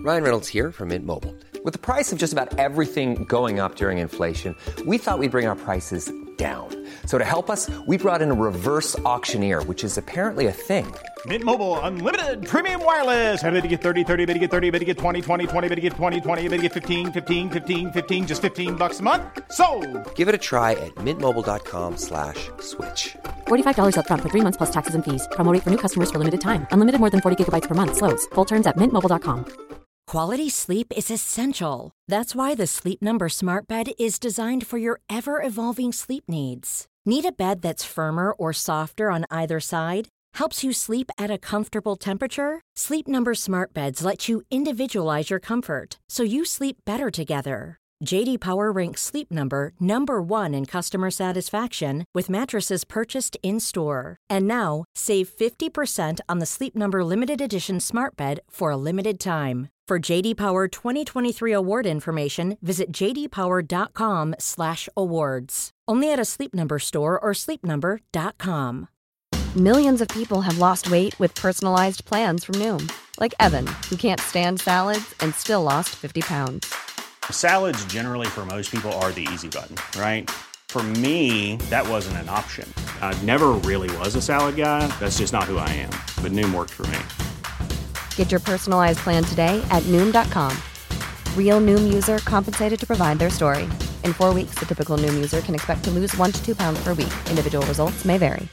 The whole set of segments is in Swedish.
Ryan Reynolds here from Mint Mobile. With the price of just about everything going up during inflation, we thought we'd bring our prices down. So to help us, we brought in a reverse auctioneer, which is apparently a thing. Mint Mobile Unlimited Premium Wireless. How to get 30, 30, bit to get 30, bit to get 20, 20, 20, bit to get 20, 20, bit to get 15, 15, 15, 15, just $15 a month? Sold! Give it a try at mintmobile.com/switch. $45 up front for 3 months plus taxes and fees. Promo rate for new customers for limited time. Unlimited more than 40 gigabytes per month. Slows full terms at mintmobile.com. Quality sleep is essential. That's why the Sleep Number Smart Bed is designed for your ever-evolving sleep needs. Need a bed that's firmer or softer on either side? Helps you sleep at a comfortable temperature? Sleep Number Smart Beds let you individualize your comfort, so you sleep better together. J.D. Power ranks Sleep Number number 1 in customer satisfaction with mattresses purchased in-store. And now, save 50% on the Sleep Number Limited Edition Smart Bed for a limited time. For J.D. Power 2023 award information, visit jdpower.com/awards. Only at a Sleep Number store or sleepnumber.com. Millions of people have lost weight with personalized plans from Noom. Like Evan, who can't stand salads and still lost 50 pounds. Salads generally for most people are the easy button, right? For me, that wasn't an option. I never really was a salad guy. That's just not who I am. But Noom worked for me. Get your personalized plan today at Noom.com. Real Noom user compensated to provide their story. In 4 weeks, the typical Noom user can expect to lose 1 to 2 pounds per week. Individual results may vary.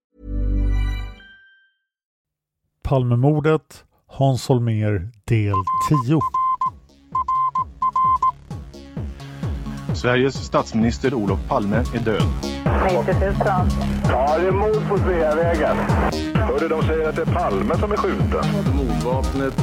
Palmemordet, Hans Holmér, del 10. Sveriges statsminister Olof Palme är död. 90 000. Ja, det är mord på Sveavägen. Hörde de säger att det är Palme som är skjuten. Mordvapnet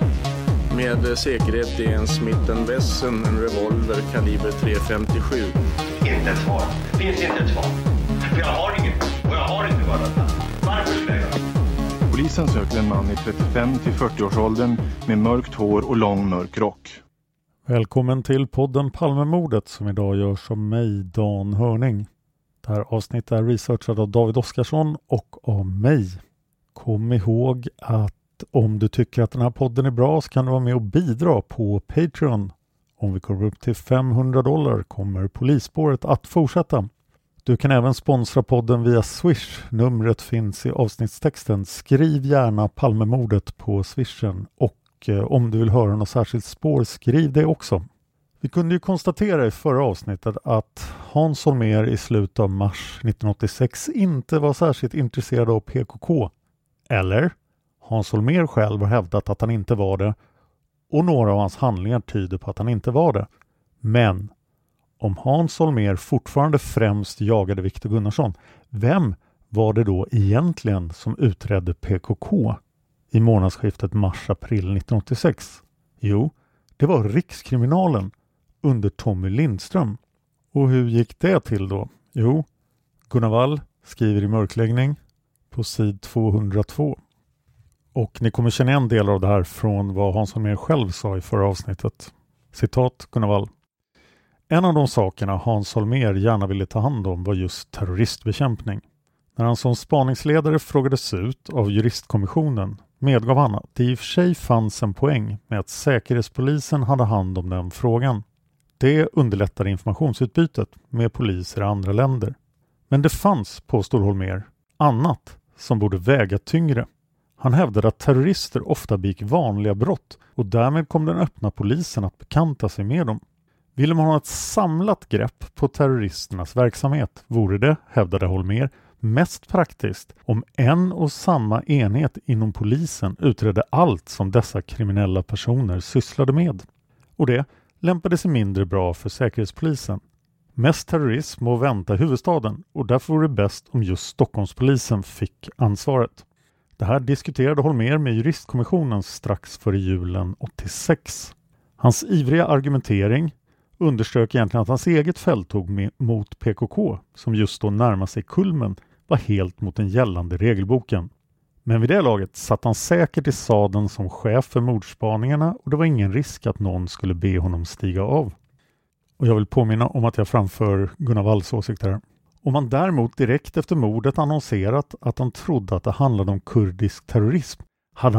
med säkerhet är en Smith & Wesson, en revolver kaliber .357. Inte ett svar. Det finns inte ett svar. För jag har inget. Och jag har inte varit där. Varför skulle jag? Polisen söker en man i 35 till 40-årsåldern med mörkt hår och lång mörk rock. Välkommen till podden Palmemordet som idag görs av mig, Dan Hörning. Det här avsnittet är researchat av David Oskarsson och av mig. Kom ihåg att om du tycker att den här podden är bra så kan du vara med och bidra på Patreon. Om vi kommer upp till $500 kommer polisspåret att fortsätta. Du kan även sponsra podden via Swish. Numret finns i avsnittstexten. Skriv gärna Palmemordet på Swishen och om du vill höra något särskilt spår, skriv det också. Vi kunde ju konstatera i förra avsnittet att Hans Holmér i slutet av mars 1986 inte var särskilt intresserad av PKK. Eller Hans Holmér själv har hävdat att han inte var det och några av hans handlingar tyder på att han inte var det. Men om Hans Holmér fortfarande främst jagade Viktor Gunnarsson, vem var det då egentligen som utredde PKK i månadsskiftet mars-april 1986? Jo, det var Rikskriminalen under Tommy Lindström. Och hur gick det till då? Jo, Gunnar Wall skriver i mörkläggning på sid 202. Och ni kommer känna igen delar av det här från vad Hans Holmér själv sa i förra avsnittet. Citat Gunnar Wall. En av de sakerna Hans Holmér gärna ville ta hand om var just terroristbekämpning. När han som spaningsledare frågades ut av juristkommissionen medgav han att det i och för sig fanns en poäng med att säkerhetspolisen hade hand om den frågan. Det underlättade informationsutbytet med poliser i andra länder. Men det fanns, påstår Holmér, annat som borde väga tyngre. Han hävdade att terrorister ofta begick vanliga brott och därmed kom den öppna polisen att bekanta sig med dem. Ville man ha ett samlat grepp på terroristernas verksamhet vore det, hävdade Holmér, mest praktiskt om en och samma enhet inom polisen utredde allt som dessa kriminella personer sysslade med. Och det lämpade sig mindre bra för säkerhetspolisen. Mest terrorism må vänta i huvudstaden och därför vore det bäst om just Stockholmspolisen fick ansvaret. Det här diskuterade Holmér med juristkommissionen strax före julen 86. Hans ivriga argumentering underströk egentligen att hans eget fälttåg mot PKK, som just då närmar sig kulmen, var helt mot den gällande regelboken. Men vid det laget satt han säkert i sadeln som chef för mordspaningarna och det var ingen risk att någon skulle be honom stiga av. Och jag vill påminna om att jag framför Gunnar Walls åsikter. Om man däremot direkt efter mordet annonserat att han trodde att det handlade om kurdisk terrorism hade han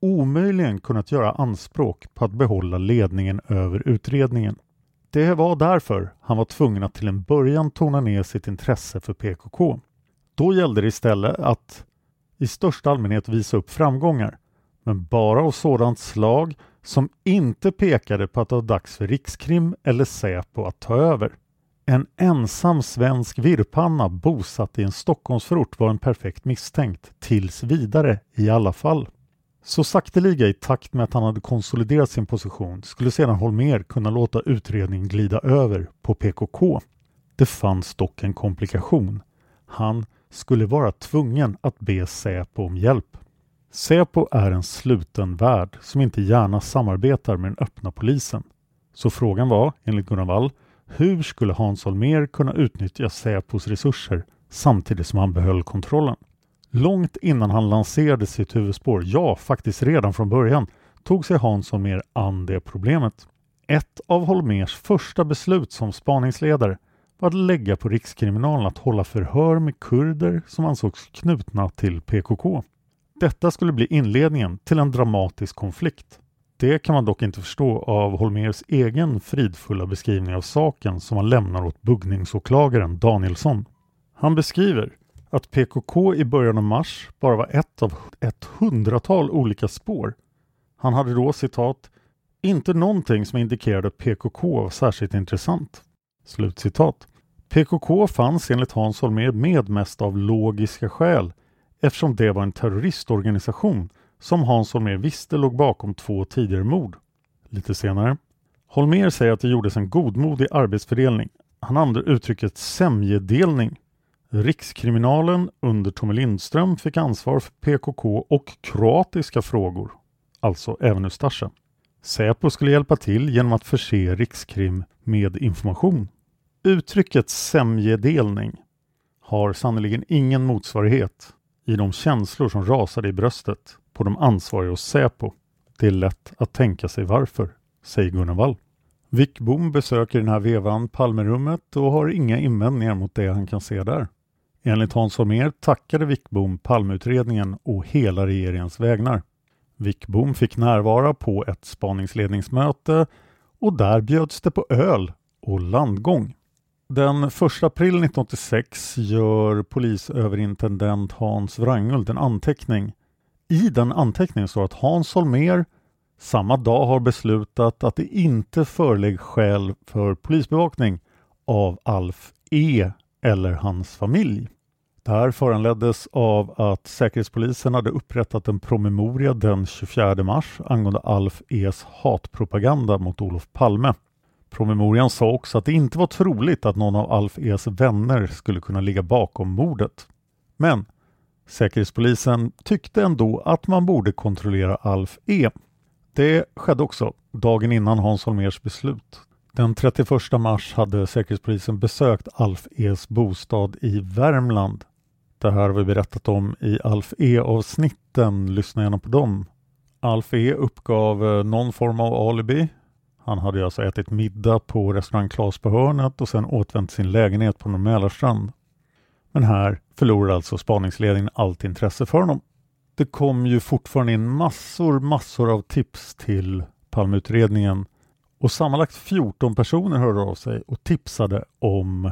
omöjligen kunnat göra anspråk på att behålla ledningen över utredningen. Det var därför han var tvungen att till en början tona ner sitt intresse för PKK. Då gällde det istället att i största allmänhet visa upp framgångar, men bara av sådant slag som inte pekade på att det var dags för Rikskrim eller Säpo att ta över. En ensam svensk virrpanna bosatt i en Stockholmsförort var en perfekt misstänkt, tills vidare i alla fall. Så sakteliga i takt med att han hade konsoliderat sin position skulle sedan Holmér kunna låta utredningen glida över på PKK. Det fanns dock en komplikation. Han skulle vara tvungen att be Säpo om hjälp. Säpo är en sluten värld som inte gärna samarbetar med den öppna polisen. Så frågan var, enligt Gunnar Wall, hur skulle Hans Holmér kunna utnyttja Säpos resurser samtidigt som han behöll kontrollen? Långt innan han lanserade sitt huvudspår, ja faktiskt redan från början, tog sig Hans Holmér an det problemet. Ett av Holmérs första beslut som spaningsledare var att lägga på Rikskriminalen att hålla förhör med kurder som ansågs knutna till PKK. Detta skulle bli inledningen till en dramatisk konflikt. Det kan man dock inte förstå av Holmérs egen fridfulla beskrivning av saken som han lämnar åt buggningsåklagaren Danielsson. Han beskriver att PKK i början av mars bara var ett av 100-tal olika spår. Han hade då, citat, inte någonting som indikerade att PKK var särskilt intressant. Slutcitat. PKK fanns enligt Hans Holmér med mest av logiska skäl eftersom det var en terroristorganisation som Hans Holmér visste låg bakom 2 tidigare mord. Lite senare. Holmér säger att det gjordes en godmodig arbetsfördelning. Han använder uttrycket sämjedelning. Rikskriminalen under Tommy Lindström fick ansvar för PKK och kroatiska frågor. Alltså även Ustasja. Säpo skulle hjälpa till genom att förse Rikskrim med information. Uttrycket sämjedelning har sannoliken ingen motsvarighet i de känslor som rasade i bröstet på de ansvariga hos Säpo. Det är lätt att tänka sig varför, säger Gunnar Wall. Wickbom besöker den här vevan Palmerummet och har inga invändningar mot det han kan se där. Enligt Hans Holmér tackade Wickbom Palmeutredningen och hela regeringens vägnar. Wickbom fick närvara på ett spaningsledningsmöte och där bjöds det på öl och landgång. Den 1 april 1986 gör polisöverintendent Hans Wrangel en anteckning. I den anteckningen står att Hans Holmér samma dag har beslutat att det inte föreligger skäl för polisbevakning av Alf E. eller hans familj. Det här föranleddes av att Säkerhetspolisen hade upprättat en promemoria den 24 mars angående Alf E.s hatpropaganda mot Olof Palme. Promemorian sa också att det inte var troligt att någon av Alf E.s vänner skulle kunna ligga bakom mordet. Men Säkerhetspolisen tyckte ändå att man borde kontrollera Alf E. Det skedde också dagen innan Hans Holmérs beslut. Den 31 mars hade Säkerhetspolisen besökt Alf E.s bostad i Värmland. Det här har vi berättat om i Alf E-avsnitten. Lyssna gärna på dem. Alf E uppgav någon form av alibi. Han hade alltså ätit middag på restaurang Klas på hörnet och sen återvänt sin lägenhet på Mälarstrand. Men här förlorade alltså spaningsledningen allt intresse för honom. Det kom ju fortfarande in massor av tips till Palmeutredningen. Och sammanlagt 14 personer hörde av sig och tipsade om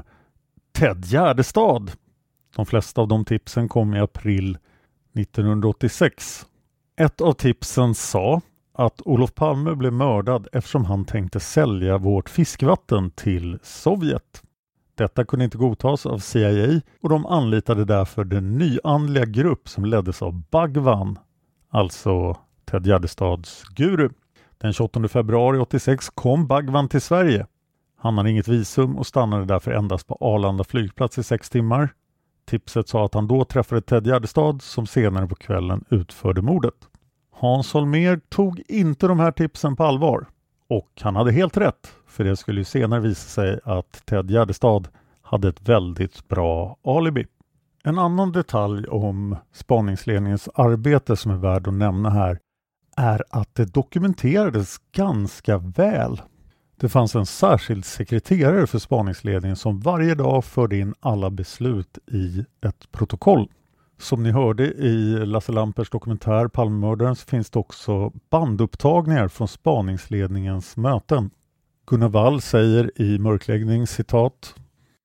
Ted Gärdestad. De flesta av de tipsen kom i april 1986. Ett av tipsen sa att Olof Palme blev mördad eftersom han tänkte sälja vårt fiskvatten till Sovjet. Detta kunde inte godtas av CIA och de anlitade därför den nyandliga grupp som leddes av Bhagwan, alltså Ted Gärdestads guru. Den 28 februari 86 kom Bhagwan till Sverige. Han hade inget visum och stannade därför endast på Arlanda flygplats i 6 timmar. Tipset sa att han då träffade Ted Gärdestad som senare på kvällen utförde mordet. Hans Holmér tog inte de här tipsen på allvar. Och han hade helt rätt, för det skulle ju senare visa sig att Ted Gärdestad hade ett väldigt bra alibi. En annan detalj om spaningsledningens arbete som är värd att nämna här är att det dokumenterades ganska väl. Det fanns en särskild sekreterare för spaningsledningen som varje dag förde in alla beslut i ett protokoll. Som ni hörde i Lasse Lampers dokumentär Palmemördaren så finns det också bandupptagningar från spaningsledningens möten. Gunnar Wall säger i mörkläggning, citat: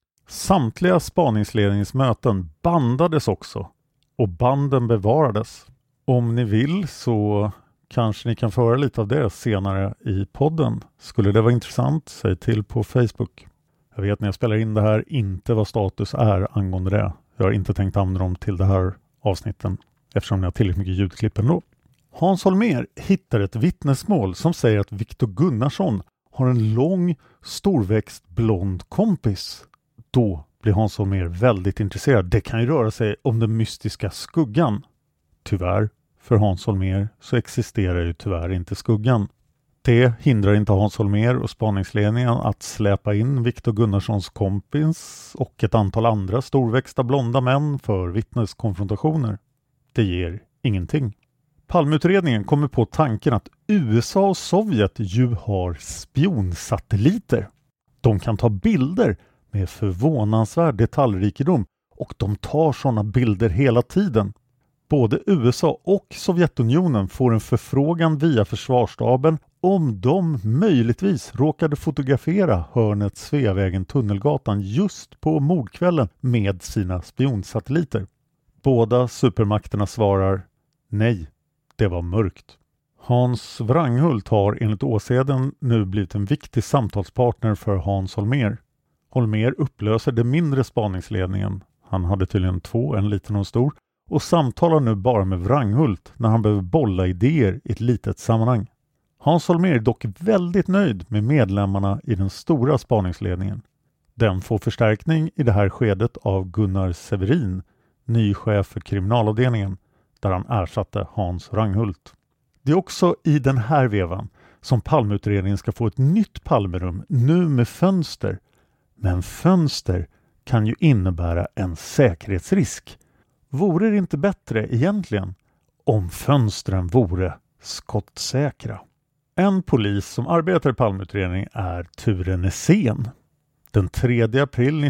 samtliga spaningsledningens möten bandades också och banden bevarades. Om ni vill så kanske ni kan föra lite av det senare i podden. Skulle det vara intressant, säg till på Facebook. Jag vet när jag spelar in det här inte vad status är angående det. Jag har inte tänkt använda dem till det här avsnitten eftersom ni har tillräckligt mycket ljudklipp ändå. Hans Holmér hittar ett vittnesmål som säger att Viktor Gunnarsson har en lång, storväxt, blond kompis. Då blir Hans Holmér väldigt intresserad. Det kan ju röra sig om den mystiska skuggan. Tyvärr, för Hans Holmér så existerar ju tyvärr inte skuggan. Det hindrar inte Hans Holmér och spaningsledningen att släpa in Viktor Gunnarssons kompis och ett antal andra storväxta blonda män för vittneskonfrontationer. Det ger ingenting. Palmeutredningen kommer på tanken att USA och Sovjet ju har spionsatelliter. De kan ta bilder med förvånansvärd detaljrikedom och de tar sådana bilder hela tiden. Både USA och Sovjetunionen får en förfrågan via försvarsstaben om de möjligtvis råkade fotografera hörnet Sveavägen-Tunnelgatan just på mordkvällen med sina spionsatelliter. Båda supermakterna svarar nej, det var mörkt. Hans Wranghult har enligt åseden nu blivit en viktig samtalspartner för Hans Holmér. Holmér upplöser det mindre spaningsledningen. Han hade tydligen 2, en liten och en stor. Och samtalar nu bara med Wranghult när han behöver bolla idéer i ett litet sammanhang. Hans Holmér är dock väldigt nöjd med medlemmarna i den stora spaningsledningen. Den får förstärkning i det här skedet av Gunnar Severin, ny chef för kriminalavdelningen, där han ersatte Hans Wranghult. Det är också i den här vevan som Palmeutredningen ska få ett nytt Palmerum, nu med fönster. Men fönster kan ju innebära en säkerhetsrisk. Vore det inte bättre egentligen om fönstren vore skottsäkra? En polis som arbetar i Palmeutredningen är Ture Nässén. Den 3 april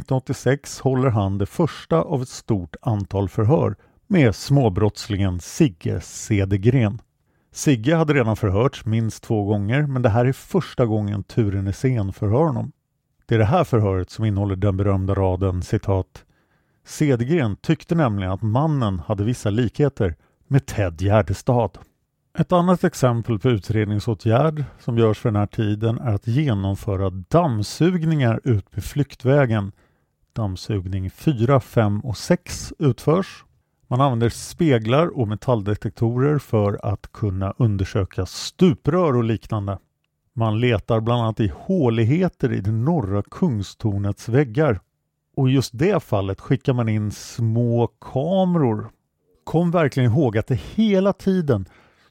1986 håller han det första av ett stort antal förhör med småbrottslingen Sigge Cedergren. Sigge hade redan förhörts minst 2 gånger, men det här är första gången Ture Nässén förhör honom. Det är det här förhöret som innehåller den berömda raden, citat: Cedergren tyckte nämligen att mannen hade vissa likheter med Ted Gärdestad. Ett annat exempel på utredningsåtgärd som görs för den här tiden är att genomföra dammsugningar ut med flyktvägen. Dammsugning 4, 5 och 6 utförs. Man använder speglar och metalldetektorer för att kunna undersöka stuprör och liknande. Man letar bland annat i håligheter i det norra Kungstornets väggar. Och i just det fallet skickar man in små kameror. Kom verkligen ihåg att det hela tiden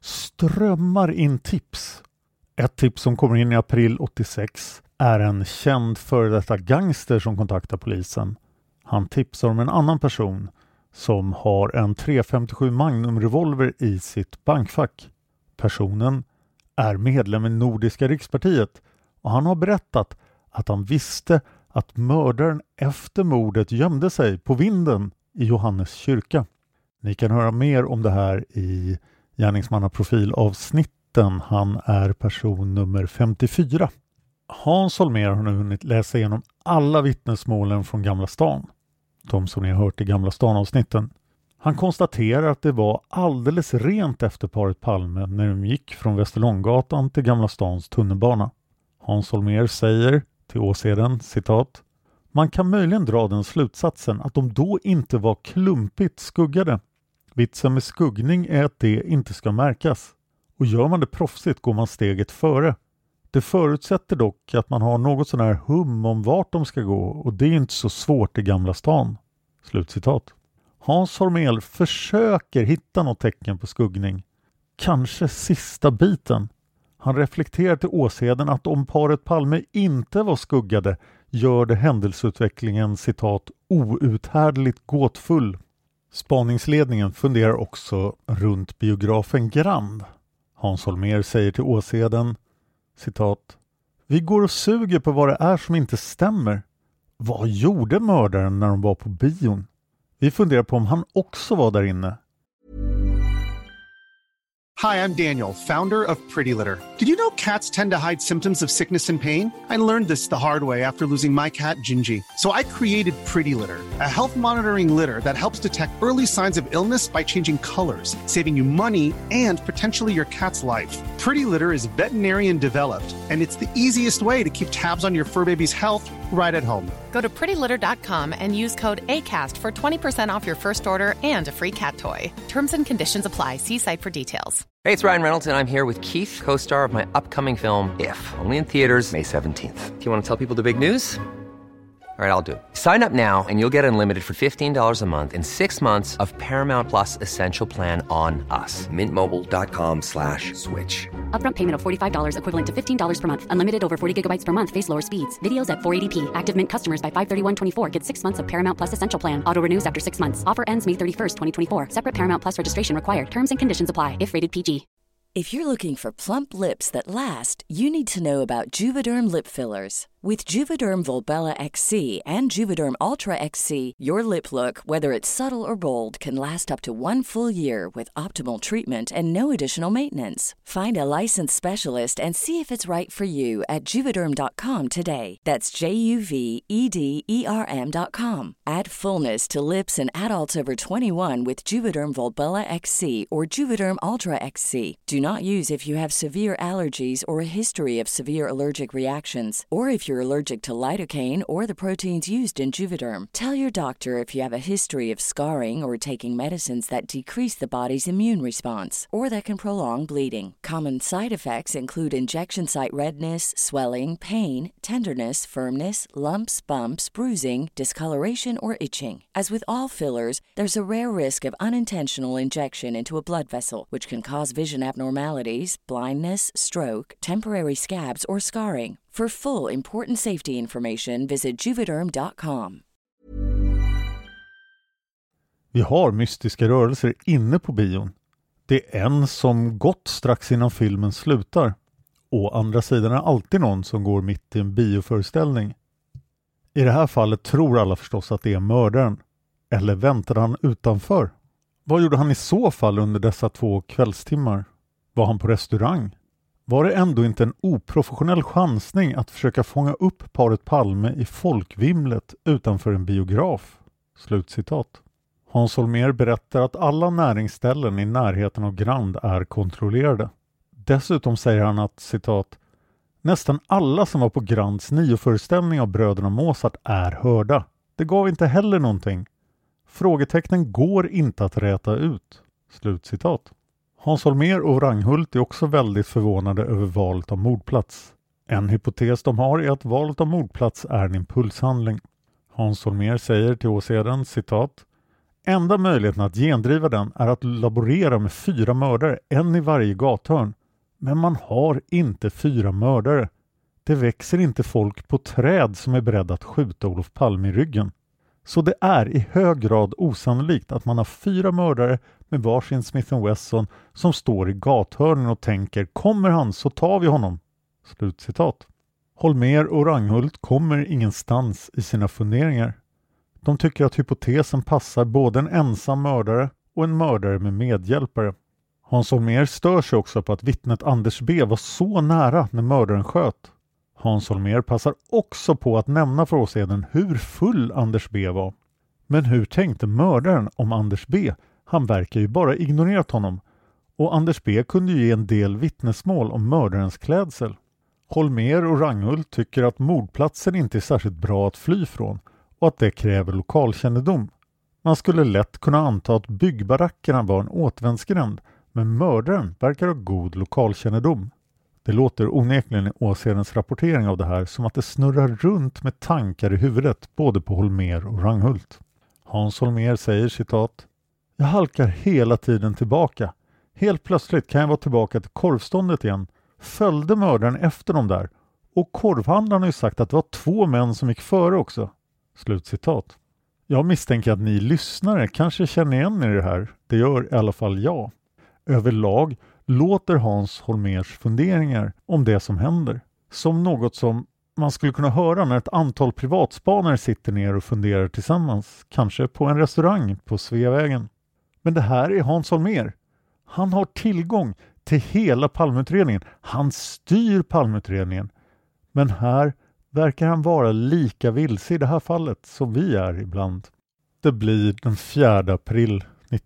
strömmar in tips. Ett tips som kommer in i april 86 är en känd före detta gangster som kontaktar polisen. Han tipsar om en annan person som har en .357 Magnum revolver i sitt bankfack. Personen är medlem i Nordiska rikspartiet och han har berättat att han visste att mördaren efter mordet gömde sig på vinden i Johannes kyrka. Ni kan höra mer om det här i gärningsmannaprofilavsnitten. Han är person nummer 54. Hans Holmér har nu hunnit läsa igenom alla vittnesmålen från Gamla stan. De som ni har hört i Gamla stan-avsnitten. Han konstaterar att det var alldeles rent efter paret Palme när de gick från Västerlånggatan till Gamla stans tunnelbana. Hans Holmér säger till åseden, citat: man kan möjligen dra den slutsatsen att de då inte var klumpigt skuggade. Vitsen med skuggning är att det inte ska märkas. Och gör man det proffsigt går man steget före. Det förutsätter dock att man har något sån här hum om vart de ska gå och det är inte så svårt i Gamla stan. Slutcitat. Hans Holmér försöker hitta något tecken på skuggning. Kanske sista biten. Han reflekterar till åseden att om paret Palme inte var skuggade gör det händelseutvecklingen, citat, outhärdligt gåtfull. Spaningsledningen funderar också runt biografen Grand. Hans Holmér säger till åseden, citat: vi går och suger på vad det är som inte stämmer. Vad gjorde mördaren när de var på bion? Vi funderar på om han också var där inne. Hi, I'm Daniel, founder of Pretty Litter. Did you know cats tend to hide symptoms of sickness and pain? I learned this the hard way after losing my cat, Gingy. So I created Pretty Litter, a health monitoring litter that helps detect early signs of illness by changing colors, saving you money and potentially your cat's life. Pretty Litter is veterinarian developed, and it's the easiest way to keep tabs on your fur baby's health right at home. Go to prettylitter.com and use code ACAST for 20% off your first order and a free cat toy. Terms and conditions apply. See site for details. Hey, it's Ryan Reynolds, and I'm here with Keith, co-star of my upcoming film, If, only in theaters May 17th. Do you want to tell people the big news? All right, I'll do it. Sign up now and you'll get unlimited for $15 a month and 6 months of Paramount Plus Essential Plan on us. MintMobile.com/switch. Upfront payment of $45 equivalent to $15 per month. Unlimited over 40 gigabytes per month. Face lower speeds. Videos at 480p. Active Mint customers by 531.24 get 6 months of Paramount Plus Essential Plan. Auto renews after 6 months. Offer ends May 31st, 2024. Separate Paramount Plus registration required. Terms and conditions apply if rated PG. If you're looking for plump lips that last, you need to know about Juvederm lip fillers. With Juvederm Volbella XC and Juvederm Ultra XC, your lip look, whether it's subtle or bold, can last up to 1 full year with optimal treatment and no additional maintenance. Find a licensed specialist and see if it's right for you at Juvederm.com today. That's JUVEDERM.com. Add fullness to lips in adults over 21 with Juvederm Volbella XC or Juvederm Ultra XC. Do not use if you have severe allergies or a history of severe allergic reactions, or if you're allergic to lidocaine or the proteins used in Juvederm. Tell your doctor if you have a history of scarring or taking medicines that decrease the body's immune response or that can prolong bleeding. Common side effects include injection site redness, swelling, pain, tenderness, firmness, lumps, bumps, bruising, discoloration, or itching. As with all fillers, there's a rare risk of unintentional injection into a blood vessel, which can cause vision abnormalities, blindness, stroke, temporary scabs, or scarring. For full important safety information, visit Juvederm.com. Vi har mystiska rörelser inne på bion. Det är en som gått strax innan filmen slutar. Å andra sidan är alltid någon som går mitt i en bioföreställning. I det här fallet tror alla förstås att det är mördaren. Eller väntade han utanför? Vad gjorde han i så fall under dessa 2 kvällstimmar? Var han på restaurang? Var det ändå inte en oprofessionell chansning att försöka fånga upp paret Palme i folkvimlet utanför en biograf? Slutcitat. Hans Holmér berättar att alla näringsställen i närheten av Grand är kontrollerade. Dessutom säger han att, citat, nästan alla som var på Grands 9-föreställning av Bröderna Mozart är hörda. Det gav inte heller någonting. Frågetecknen går inte att räta ut. Slutcitat. Hans Holmér och Wranghult är också väldigt förvånade över valet av mordplats. En hypotes de har är att valet av mordplats är en impulshandling. Hans Holmér säger till åseden, citat, enda möjligheten att gendriva den är att laborera med 4 mördare, en i varje gathörn. Men man har inte 4 mördare. Det växer inte folk på träd som är beredda att skjuta Olof Palme i ryggen. Så det är i hög grad osannolikt att man har 4 mördare med varsin Smith & Wesson som står i gathörnen och tänker, kommer han så tar vi honom. Slutcitat. Holmér och Wranghult kommer ingenstans i sina funderingar. De tycker att hypotesen passar både en ensam mördare och en mördare med medhjälpare. Hans Holmér stör sig också på att vittnet Anders B var så nära när mördaren sköt. Hans Holmér passar också på att nämna för åseden hur full Anders B var. Men hur tänkte mördaren om Anders B? Han verkar ju bara ignorerat honom. Och Anders B kunde ju ge en del vittnesmål om mördarens klädsel. Holmér och Wranghult tycker att mordplatsen inte är särskilt bra att fly från och att det kräver lokalkännedom. Man skulle lätt kunna anta att byggbarackerna var en återvändsgränd, men mördaren verkar ha god lokalkännedom. Det låter onekligen i åsedens rapportering av det här som att det snurrar runt med tankar i huvudet både på Holmér och Wranghult. Hans Holmér säger, citat, jag halkar hela tiden tillbaka. Helt plötsligt kan jag vara tillbaka till korvståndet igen. Följde mördaren efter dem där. Och korvhandlaren har ju sagt att det var 2 män som gick före också. Slutcitat. Jag misstänker att ni lyssnare kanske känner igen er i det här. Det gör i alla fall jag. Överlag låter Hans Holmérs funderingar om det som händer som något som man skulle kunna höra när ett antal privatspanare sitter ner och funderar tillsammans, kanske på en restaurang på Sveavägen. Men det här är Hans Holmér. Han har tillgång till hela Palmeutredningen. Han styr Palmeutredningen. Men här verkar han vara lika vilse i det här fallet som vi är ibland. Det blir den 4 april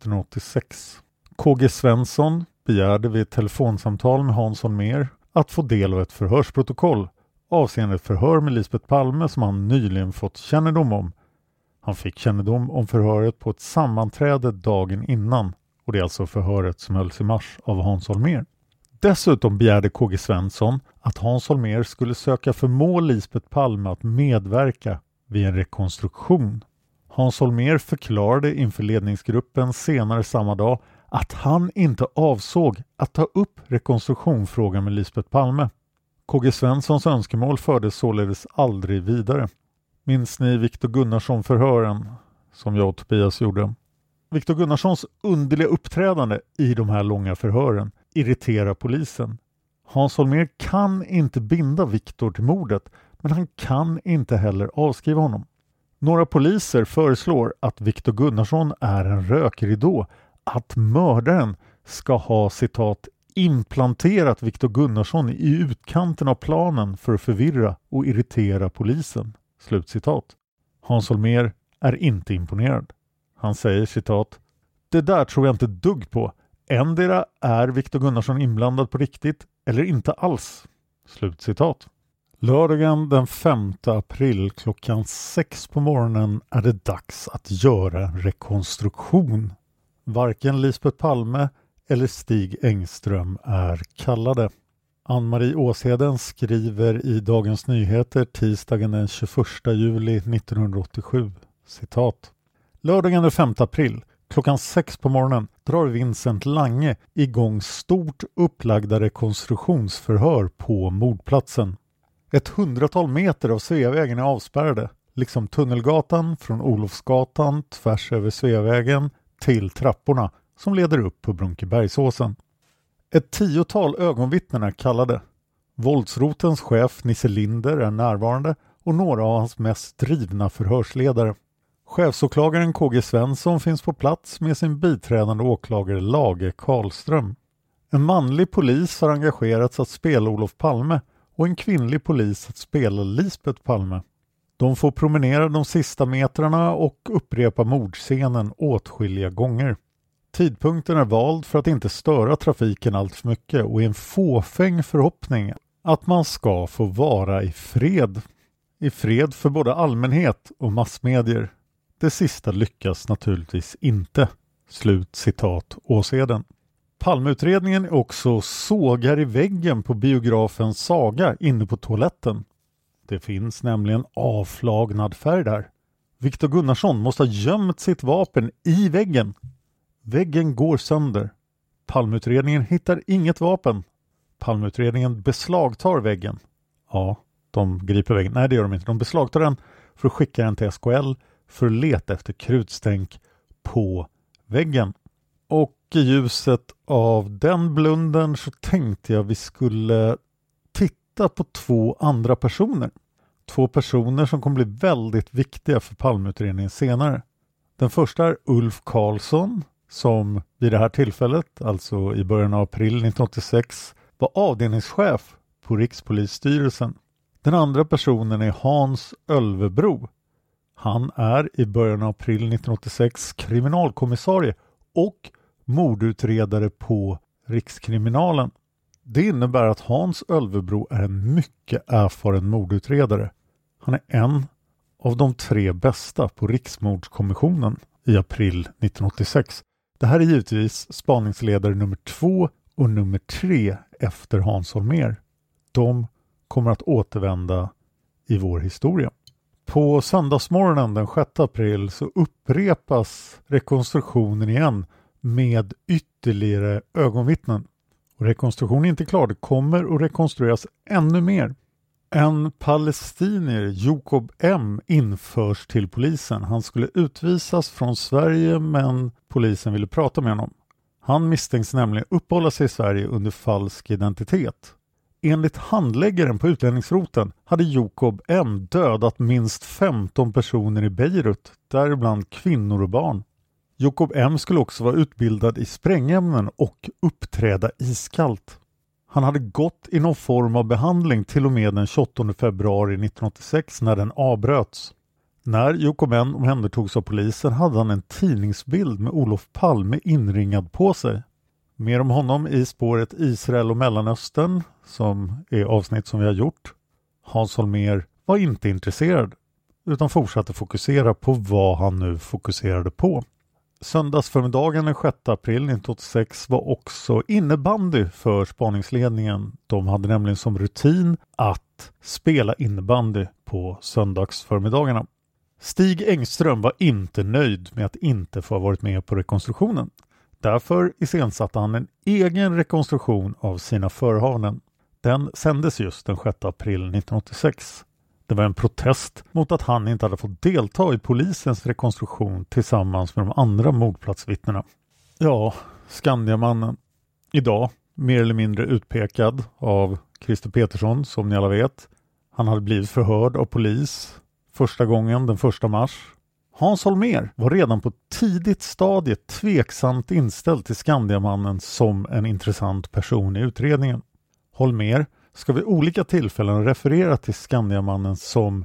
1986. KG Svensson begärde vid ett telefonsamtal med Hans Holmér att få del av ett förhörsprotokoll avseende ett förhör med Lisbeth Palme som han nyligen fått kännedom om. Han fick kännedom om förhöret på ett sammanträde dagen innan, och det är alltså förhöret som hölls i mars av Hans Holmér. Dessutom begärde KG Svensson att Hans Holmér skulle söka förmå Lisbeth Palme att medverka vid en rekonstruktion. Hans Holmér förklarade inför ledningsgruppen senare samma dag att han inte avsåg att ta upp rekonstruktionfrågan med Lisbeth Palme. KG Svenssons önskemål fördes således aldrig vidare. Minns ni Viktor Gunnarsson-förhören som jag och Tobias gjorde? Viktor Gunnarssons underliga uppträdande i de här långa förhören irriterar polisen. Hans Holmér kan inte binda Viktor till mordet, men han kan inte heller avskriva honom. Några poliser föreslår att Viktor Gunnarsson är en rökridå, att mördaren ska ha citat implanterat Viktor Gunnarsson i utkanten av planen för att förvirra och irritera polisen. Slutcitat. Hans Holmér är inte imponerad. Han säger citat: det där tror jag inte dugg på. Ändera är Viktor Gunnarsson inblandad på riktigt eller inte alls. Slutcitat. Lördagen den 5 april klockan 6 på morgonen är det dags att göra en rekonstruktion. Varken Lisbeth Palme eller Stig Engström är kallade. Ann-Marie Åsheden skriver i Dagens Nyheter tisdagen den 21 juli 1987. Citat. Lördagen den 5 april klockan 6 på morgonen drar Vincent Lange igång stort upplagda rekonstruktionsförhör på mordplatsen. 100-tal meter av Sveavägen är avspärrade, liksom Tunnelgatan från Olofsgatan tvärs över Sveavägen till trapporna som leder upp på Brunkebergsåsen. Ett 10-tal ögonvittnen är kallade. Våldsrotens chef Nisse Linder är närvarande och några av hans mest drivna förhörsledare. Chefsåklagaren KG Svensson finns på plats med sin biträdande åklagare Lage Karlström. En manlig polis har engagerats att spela Olof Palme och en kvinnlig polis att spela Lisbeth Palme. De får promenera de sista metrarna och upprepa mordscenen åtskilliga gånger. Tidpunkten är vald för att inte störa trafiken allt för mycket och är en fåfäng förhoppning att man ska få vara i fred. I fred för både allmänhet och massmedier. Det sista lyckas naturligtvis inte. Slut citat Åsheden. Palmeutredningen är också sågar i väggen på biografen Saga inne på toaletten. Det finns nämligen avflagnad färg där. Viktor Gunnarsson måste ha gömt sitt vapen i väggen. Väggen går sönder. Palmeutredningen hittar inget vapen. Palmeutredningen beslagtar väggen. Ja, de griper väggen. Nej, det gör de inte. De beslagtar den för att skicka den till SKL för att leta efter krutstänk på väggen. Och i ljuset av den blunden så tänkte jag vi skulle titta på 2 andra personer. 2 personer som kommer bli väldigt viktiga för Palmeutredningen senare. Den första är Ulf Karlsson som vid det här tillfället, alltså i början av april 1986, var avdelningschef på Rikspolisstyrelsen. Den andra personen är Hans Ölvebro. Han är i början av april 1986 kriminalkommissarie och mordutredare på Rikskriminalen. Det innebär att Hans Ölvebro är en mycket erfaren mordutredare. Han är en av de 3 bästa på Riksmordskommissionen i april 1986. Det här är givetvis spaningsledare nummer 2 och nummer 3 efter Hans Holmér. De kommer att återvända i vår historia. På söndagsmorgonen den 6 april så upprepas rekonstruktionen igen med ytterligare ögonvittnen. Och rekonstruktionen är inte klar, det kommer att rekonstrueras ännu mer. En palestinier, Jakob M, införs till polisen. Han skulle utvisas från Sverige men polisen ville prata med honom. Han misstänks nämligen uppehålla sig i Sverige under falsk identitet. Enligt handläggaren på utlänningsroten hade Jakob M. dödat minst 15 personer i Beirut, däribland kvinnor och barn. Jakob M. skulle också vara utbildad i sprängämnen och uppträda iskallt. Han hade gått i någon form av behandling till och med den 28 februari 1986 när den avbröts. När Jakob M. omhändertogs av polisen hade han en tidningsbild med Olof Palme inringad på sig. Mer om honom i spåret Israel och Mellanöstern, som är avsnitt som vi har gjort. Hans Holmér var inte intresserad utan fortsatte fokusera på vad han nu fokuserade på. Söndagsförmiddagen den 6 april 1986 var också innebandy för spaningsledningen. De hade nämligen som rutin att spela innebandy på söndagsförmiddagarna. Stig Engström var inte nöjd med att inte få ha varit med på rekonstruktionen. Därför iscensatte han en egen rekonstruktion av sina förehavanden. Den sändes just den 6 april 1986. Det var en protest mot att han inte hade fått delta i polisens rekonstruktion tillsammans med de andra mordplatsvittnena. Ja, Skandiamannen. Idag mer eller mindre utpekad av Christer Petersson, som ni alla vet. Han hade blivit förhörd av polis första gången den 1 mars. Hans Holmér var redan på tidigt stadie tveksamt inställd till Skandiamannen som en intressant person i utredningen. Holmér ska vid olika tillfällen referera till Skandiamannen som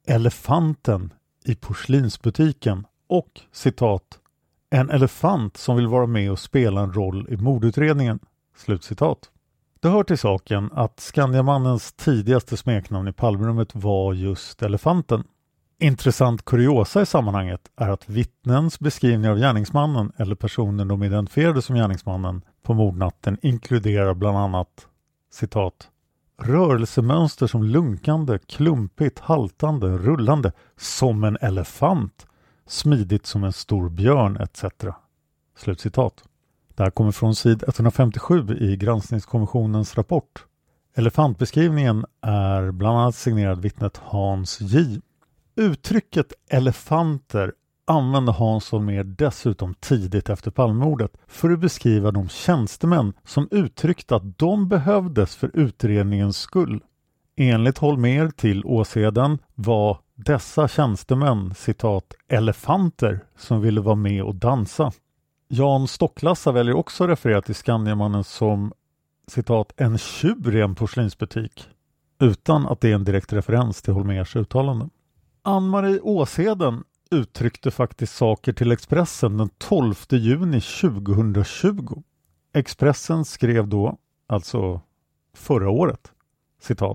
elefanten i porslinsbutiken och, citat, en elefant som vill vara med och spela en roll i mordutredningen, slutcitat. Det hör till saken att Skandiamannens tidigaste smeknamn i Palmerummet var just elefanten. Intressant kuriosa i sammanhanget är att vittnens beskrivning av gärningsmannen eller personen de identifierade som gärningsmannen på mordnatten inkluderar bland annat, citat, rörelsemönster som lunkande, klumpigt, haltande, rullande, som en elefant, smidigt som en stor björn etc. Slutcitat. Det här kommer från sid 157 i granskningskommissionens rapport. Elefantbeskrivningen är bland annat signerad vittnet Hans J. Uttrycket elefanter använde Hans Holmér dessutom tidigt efter Palmemordet för att beskriva de tjänstemän som uttryckte att de behövdes för utredningens skull. Enligt Holmér till Åseden var dessa tjänstemän, citat, elefanter som ville vara med och dansa. Jan Stocklassa väljer också referera till Skandiamannen som, citat, en tjur i en porslinsbutik, utan att det är en direkt referens till Holmérs uttalande. Ann-Marie Åseden uttryckte faktiskt saker till Expressen den 12 juni 2020. Expressen skrev då, alltså förra året, citat,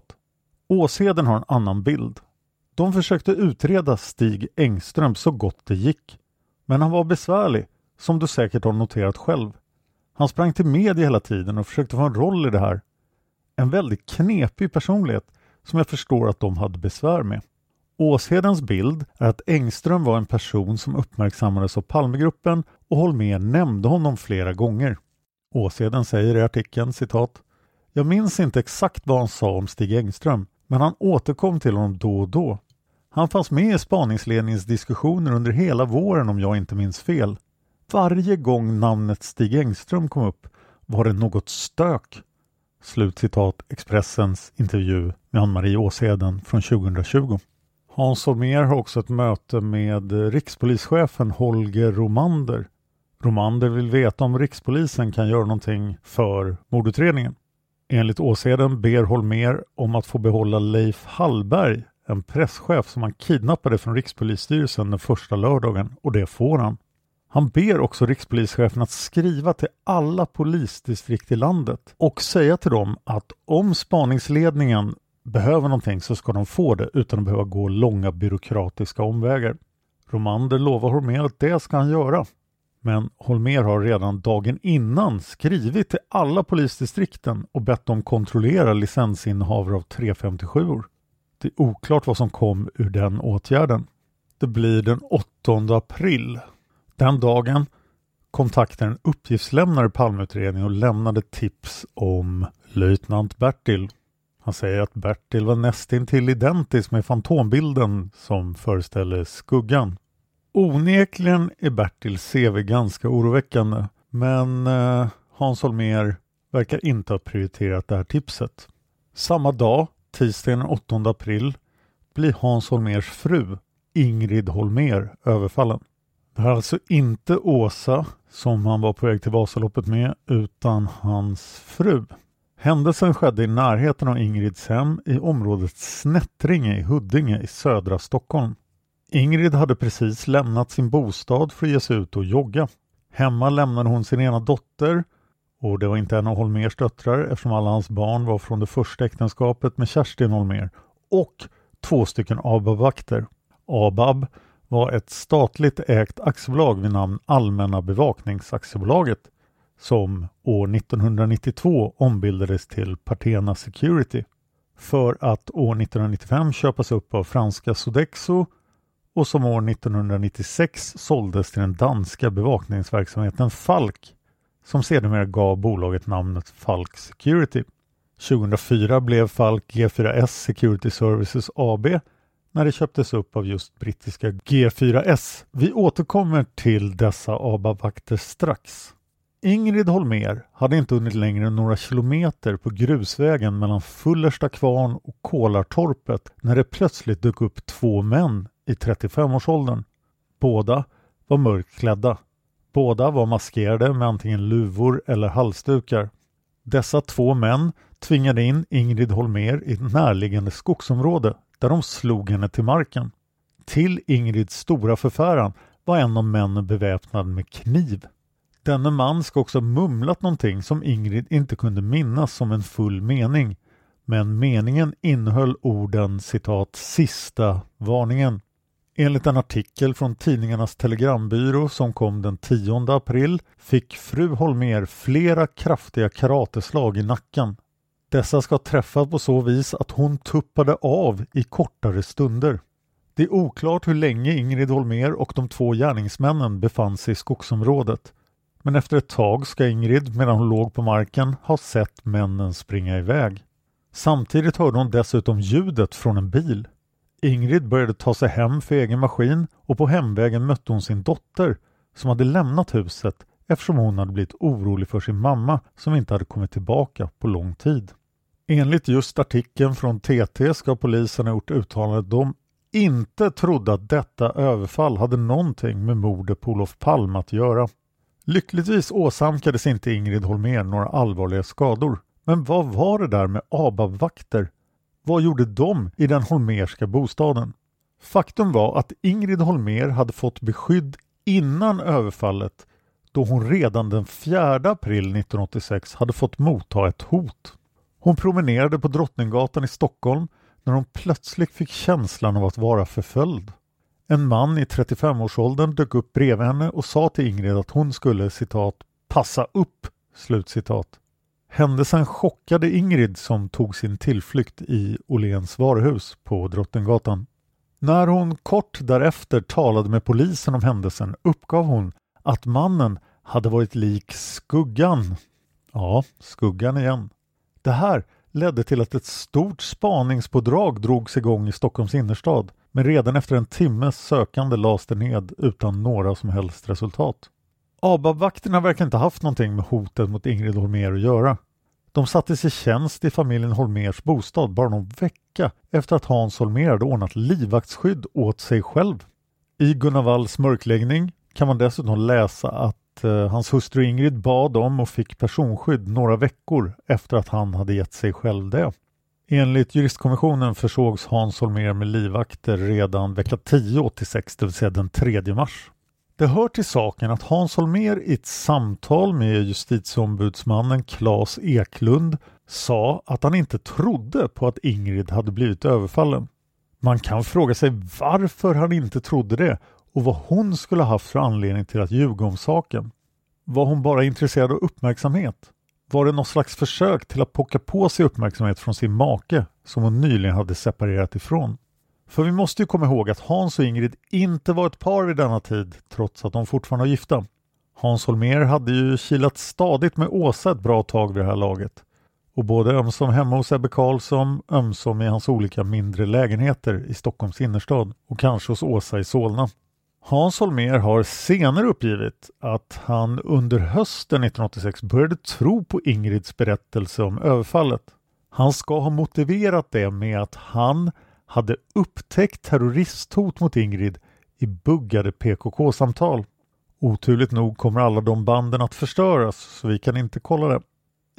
Åseden har en annan bild. De försökte utreda Stig Engström så gott det gick. Men han var besvärlig, som du säkert har noterat själv. Han sprang till media hela tiden och försökte få en roll i det här. En väldigt knepig personlighet som jag förstår att de hade besvär med. Åshedens bild är att Engström var en person som uppmärksammades av Palmegruppen och Holmér nämnde honom flera gånger. Åsheden säger i artikeln, citat, jag minns inte exakt vad han sa om Stig Engström, men han återkom till honom då och då. Han fanns med i spaningsledningens diskussioner under hela våren om jag inte minns fel. Varje gång namnet Stig Engström kom upp var det något stök. Slutcitat Expressens intervju med Ann-Marie Åsheden från 2020. Hans Holmér har också ett möte med rikspolischefen Holger Romander. Romander vill veta om rikspolisen kan göra någonting för mordutredningen. Enligt Åsheden ber Holmér om att få behålla Leif Hallberg, en presschef som han kidnappade från Rikspolisstyrelsen den första lördagen, och det får han. Han ber också rikspolischefen att skriva till alla polisdistrikt i landet och säga till dem att om spaningsledningen behöver någonting så ska de få det utan att behöva gå långa byråkratiska omvägar. Romander lovar Holmér att det ska han göra. Men Holmér har redan dagen innan skrivit till alla polisdistrikten och bett dem kontrollera licensinnehavare av 357-or. Det är oklart vad som kom ur den åtgärden. Det blir den 8 april. Den dagen kontaktade en uppgiftslämnare Palmeutredningen och lämnade tips om löjtnant Bertil. Han säger att Bertil var nästintill identisk med fantombilden som föreställer skuggan. Onekligen är Bertils CV ganska oroväckande, men Hans Holmér verkar inte ha prioriterat det här tipset. Samma dag, tisdagen den 8 april, blir Hans Holmérs fru, Ingrid Holmér, överfallen. Det här är alltså inte Åsa som han var på väg till Vasaloppet med, utan hans fru. Händelsen skedde i närheten av Ingrids hem i området Snättringe i Huddinge i södra Stockholm. Ingrid hade precis lämnat sin bostad för att ge sig ut och jogga. Hemma lämnade hon sin ena dotter, och det var inte en av Holmérs döttrar eftersom alla hans barn var från det första äktenskapet med Kerstin Holmér, och 2 stycken ABAB-vakter. ABAB var ett statligt ägt aktiebolag vid namn Allmänna bevakningsaktiebolaget som år 1992 ombildades till Partena Security för att år 1995 köpas upp av franska Sodexo och som år 1996 såldes till den danska bevakningsverksamheten Falk som sedermera gav bolaget namnet Falk Security. 2004 blev Falk G4S Security Services AB när det köptes upp av just brittiska G4S. Vi återkommer till dessa ABAB-vakter strax. Ingrid Holmér hade inte hunnit längre än några kilometer på grusvägen mellan Fullersta kvarn och Kolartorpet när det plötsligt dök upp 2 män i 35-årsåldern. Båda var mörkklädda. Båda var maskerade med antingen luvor eller halsdukar. Dessa 2 män tvingade in Ingrid Holmér i ett närliggande skogsområde där de slog henne till marken. Till Ingrids stora förfäran var en av männen beväpnad med kniv. Denne man ska också ha mumlat någonting som Ingrid inte kunde minnas som en full mening. Men meningen innehöll orden citat sista varningen. Enligt en artikel från tidningarnas telegrambyrå som kom den 10 april fick fru Holmér flera kraftiga karateslag i nacken. Dessa ska ha träffat på så vis att hon tuppade av i kortare stunder. Det är oklart hur länge Ingrid Holmér och de 2 gärningsmännen befann sig i skogsområdet. Men efter ett tag ska Ingrid, medan hon låg på marken, ha sett männen springa iväg. Samtidigt hörde hon dessutom ljudet från en bil. Ingrid började ta sig hem för egen maskin och på hemvägen mötte hon sin dotter som hade lämnat huset eftersom hon hade blivit orolig för sin mamma som inte hade kommit tillbaka på lång tid. Enligt just artikeln från TT ska polisen ha gjort uttalandet att de inte trodde att detta överfall hade någonting med mordet på Olof Palme att göra. Lyckligtvis åsamkades inte Ingrid Holmér några allvarliga skador. Men vad var det där med ABAB-vakter? Vad gjorde de i den holmérska bostaden? Faktum var att Ingrid Holmér hade fått beskydd innan överfallet då hon redan den 4 april 1986 hade fått motta ett hot. Hon promenerade på Drottninggatan i Stockholm när hon plötsligt fick känslan av att vara förföljd. En man i 35-årsåldern dök upp bredvid henne och sa till Ingrid att hon skulle, citat, passa upp, slutcitat. Händelsen chockade Ingrid som tog sin tillflykt i Åhléns varuhus på Drottninggatan. När hon kort därefter talade med polisen om händelsen uppgav hon att mannen hade varit lik Skuggan. Ja, Skuggan igen. Det här ledde till att ett stort spaningspådrag drogs igång i Stockholms innerstad. Men redan efter en timmes sökande lades det ned utan några som helst resultat. ABAB-vakterna verkar inte haft någonting med hotet mot Ingrid Holmér att göra. De sattes i tjänst i familjen Holmérs bostad bara någon vecka efter att Hans Holmér hade ordnat livvaktsskydd åt sig själv. I Gunnar Walls mörkläggning kan man dessutom läsa att hans hustru Ingrid bad om och fick personskydd några veckor efter att han hade gett sig själv det. Enligt juristkommissionen försågs Hans Holmér med livvakter redan vecka 10-86, det vill säga den 3 mars. Det hör till saken att Hans Holmér i ett samtal med justitieombudsmannen Claes Eklund sa att han inte trodde på att Ingrid hade blivit överfallen. Man kan fråga sig varför han inte trodde det och vad hon skulle ha haft för anledning till att ljuga om saken. Var hon bara intresserad av uppmärksamhet? Var det något slags försök till att pocka på sig uppmärksamhet från sin make som hon nyligen hade separerat ifrån? För vi måste ju komma ihåg att Hans och Ingrid inte var ett par vid denna tid trots att de fortfarande var gifta. Hans Holmér hade ju kilat stadigt med Åsa ett bra tag vid det här laget. Och både ömsom hemma hos Ebbe Carlsson, ömsom i hans olika mindre lägenheter i Stockholms innerstad och kanske hos Åsa i Solna. Hans Holmér har senare uppgivit att han under hösten 1986 började tro på Ingrids berättelse om överfallet. Han ska ha motiverat det med att han hade upptäckt terroristhot mot Ingrid i buggade PKK-samtal. Oturligt nog kommer alla de banden att förstöras, så vi kan inte kolla det.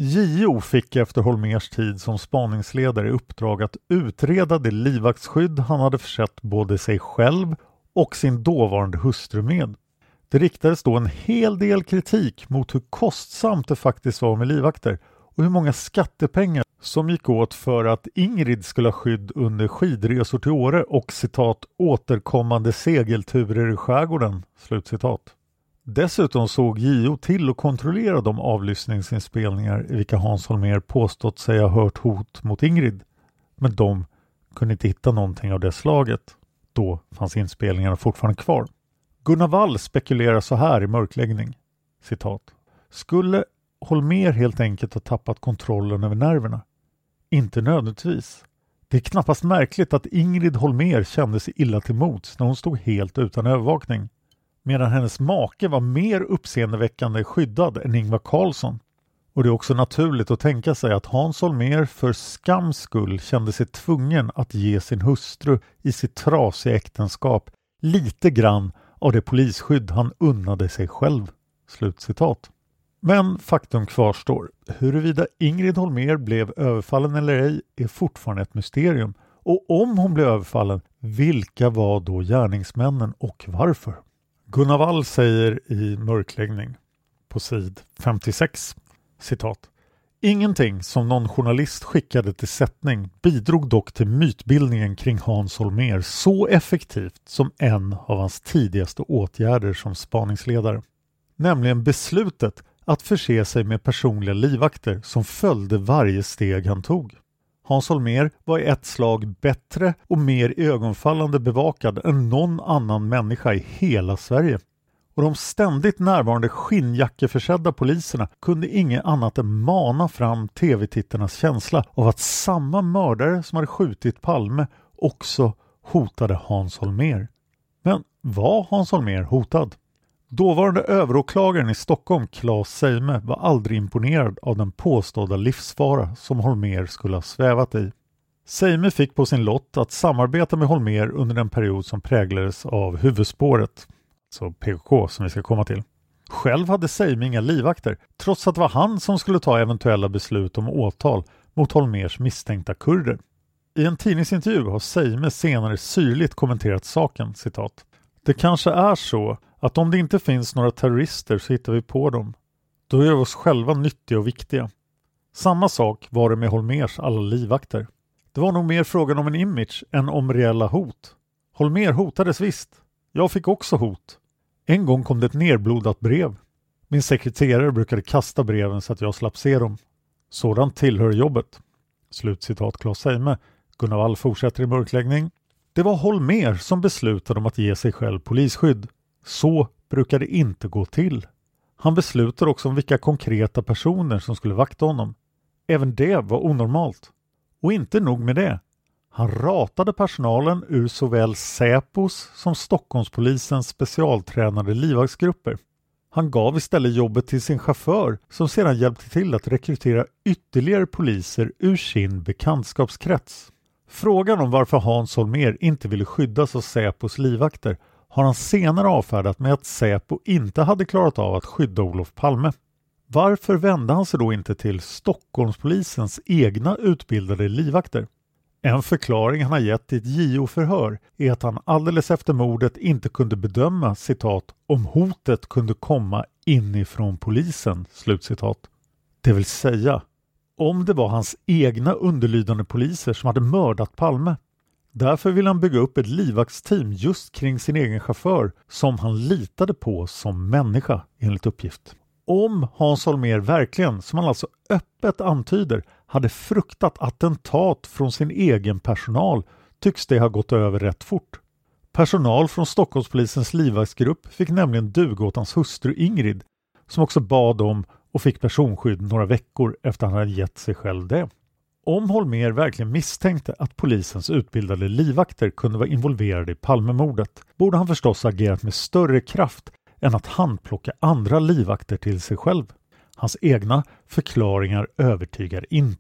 JO fick efter Holmérs tid som spaningsledare uppdrag att utreda det livvaktsskydd han hade försett både sig själv och sin dåvarande hustru med. Det riktades då en hel del kritik mot hur kostsamt det faktiskt var med livvakter och hur många skattepengar som gick åt för att Ingrid skulle ha skydd under skidresor till Åre och citat återkommande segelturer i skärgården, slutcitat. Dessutom såg JO till att kontrollera de avlyssningsinspelningar i vilka Hans Holmér påstått sig ha hört hot mot Ingrid. Men de kunde inte hitta någonting av det slaget. Då fanns inspelningarna fortfarande kvar. Gunnar Wall spekulerar så här i mörkläggning. Citat. Skulle Holmér helt enkelt ha tappat kontrollen över nerverna? Inte nödvändigtvis. Det är knappast märkligt att Ingrid Holmér kände sig illa till mots när hon stod helt utan övervakning. Medan hennes make var mer uppseendeväckande skyddad än Ingvar Carlsson. Och det är också naturligt att tänka sig att Hans Holmér för skams skull kände sig tvungen att ge sin hustru i sitt trasiga äktenskap lite grann av det polisskydd han unnade sig själv. Slutcitat. Men faktum kvarstår. Huruvida Ingrid Holmér blev överfallen eller ej är fortfarande ett mysterium. Och om hon blev överfallen, vilka var då gärningsmännen och varför? Gunnar Wall säger i mörkläggning på sid 56, citat. Ingenting som någon journalist skickade till sättning bidrog dock till mytbildningen kring Hans Holmér så effektivt som en av hans tidigaste åtgärder som spaningsledare. Nämligen beslutet att förse sig med personliga livvakter som följde varje steg han tog. Hans Holmér var i ett slag bättre och mer ögonfallande bevakad än någon annan människa i hela Sverige. Och de ständigt närvarande skinnjackeförsedda poliserna kunde inget annat än mana fram tv-tittarnas känsla av att samma mördare som hade skjutit Palme också hotade Hans Holmér. Men var Hans Holmér hotad? Dåvarande överåklagaren i Stockholm, Claes Seime, var aldrig imponerad av den påstådda livsfara som Holmér skulle ha svävat i. Seime fick på sin lott att samarbeta med Holmér under den period som präglades av huvudspåret, så PKK som vi ska komma till. Själv hade Seime inga livvakter, trots att det var han som skulle ta eventuella beslut om åtal mot Holmérs misstänkta kurder. I en tidningsintervju har Seime senare syrligt kommenterat saken, citat. Det kanske är så att om det inte finns några terrorister så hittar vi på dem. Då gör vi oss själva nyttiga och viktiga. Samma sak var det med Holmérs alla livvakter. Det var nog mer frågan om en image än om reella hot. Holmér hotades visst. Jag fick också hot. En gång kom det ett nerblodat brev. Min sekreterare brukade kasta breven så att jag slapp se dem. Sådant tillhör jobbet. Slutcitat Claes Seime. Gunnar Wall fortsätter i mörkläggning. Det var Holmér som beslutade om att ge sig själv polisskydd. Så brukar det inte gå till. Han beslutade också om vilka konkreta personer som skulle vakta honom. Även det var onormalt. Och inte nog med det. Han ratade personalen ur såväl Säpos som Stockholmspolisens specialtränade livvaktsgrupper. Han gav istället jobbet till sin chaufför som sedan hjälpte till att rekrytera ytterligare poliser ur sin bekantskapskrets. Frågan om varför Hans Holmér inte ville skyddas av Säpos livvakter har han senare avfärdat med att Säpo inte hade klarat av att skydda Olof Palme. Varför vände han sig då inte till Stockholmspolisens egna utbildade livvakter? En förklaring han har gett i ett JO-förhör är att han alldeles efter mordet inte kunde bedöma, citat, om hotet kunde komma inifrån polisen, slutcitat. Det vill säga, om det var hans egna underlydande poliser som hade mördat Palme. Därför vill han bygga upp ett livvaktsteam just kring sin egen chaufför som han litade på som människa, enligt uppgift. Om Hans Holmér verkligen, som han alltså öppet antyder, hade fruktat attentat från sin egen personal tycks det ha gått över rätt fort. Personal från Stockholmspolisens livvaktsgrupp fick nämligen duga åt hans hustru Ingrid, som också bad om och fick personskydd några veckor efter att han hade gett sig själv det. Om Holmér verkligen misstänkte att polisens utbildade livvakter kunde vara involverade i Palmemordet borde han förstås agerat med större kraft än att handplocka andra livvakter till sig själv. Hans egna förklaringar övertygar inte,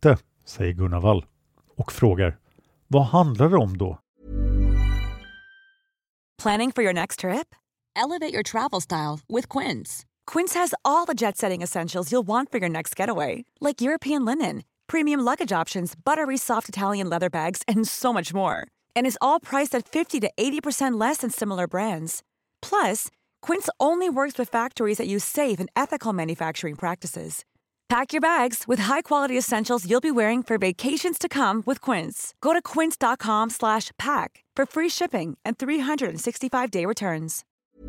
säger Gunnar Wall och frågar: vad handlar det om då? Planning for your next trip? Elevate your travel style with Quince. Quince has all the jet-setting essentials you'll want for your next getaway, like European linen, premium luggage options, buttery soft Italian leather bags, and so much more. And is all priced at 50 to 80% less than similar brands. Plus, Quince only works with factories that use safe and ethical manufacturing practices. Pack your bags with high-quality essentials you'll be wearing for vacations to come with Quince. Go to quince.com/pack for free shipping and 365-day returns.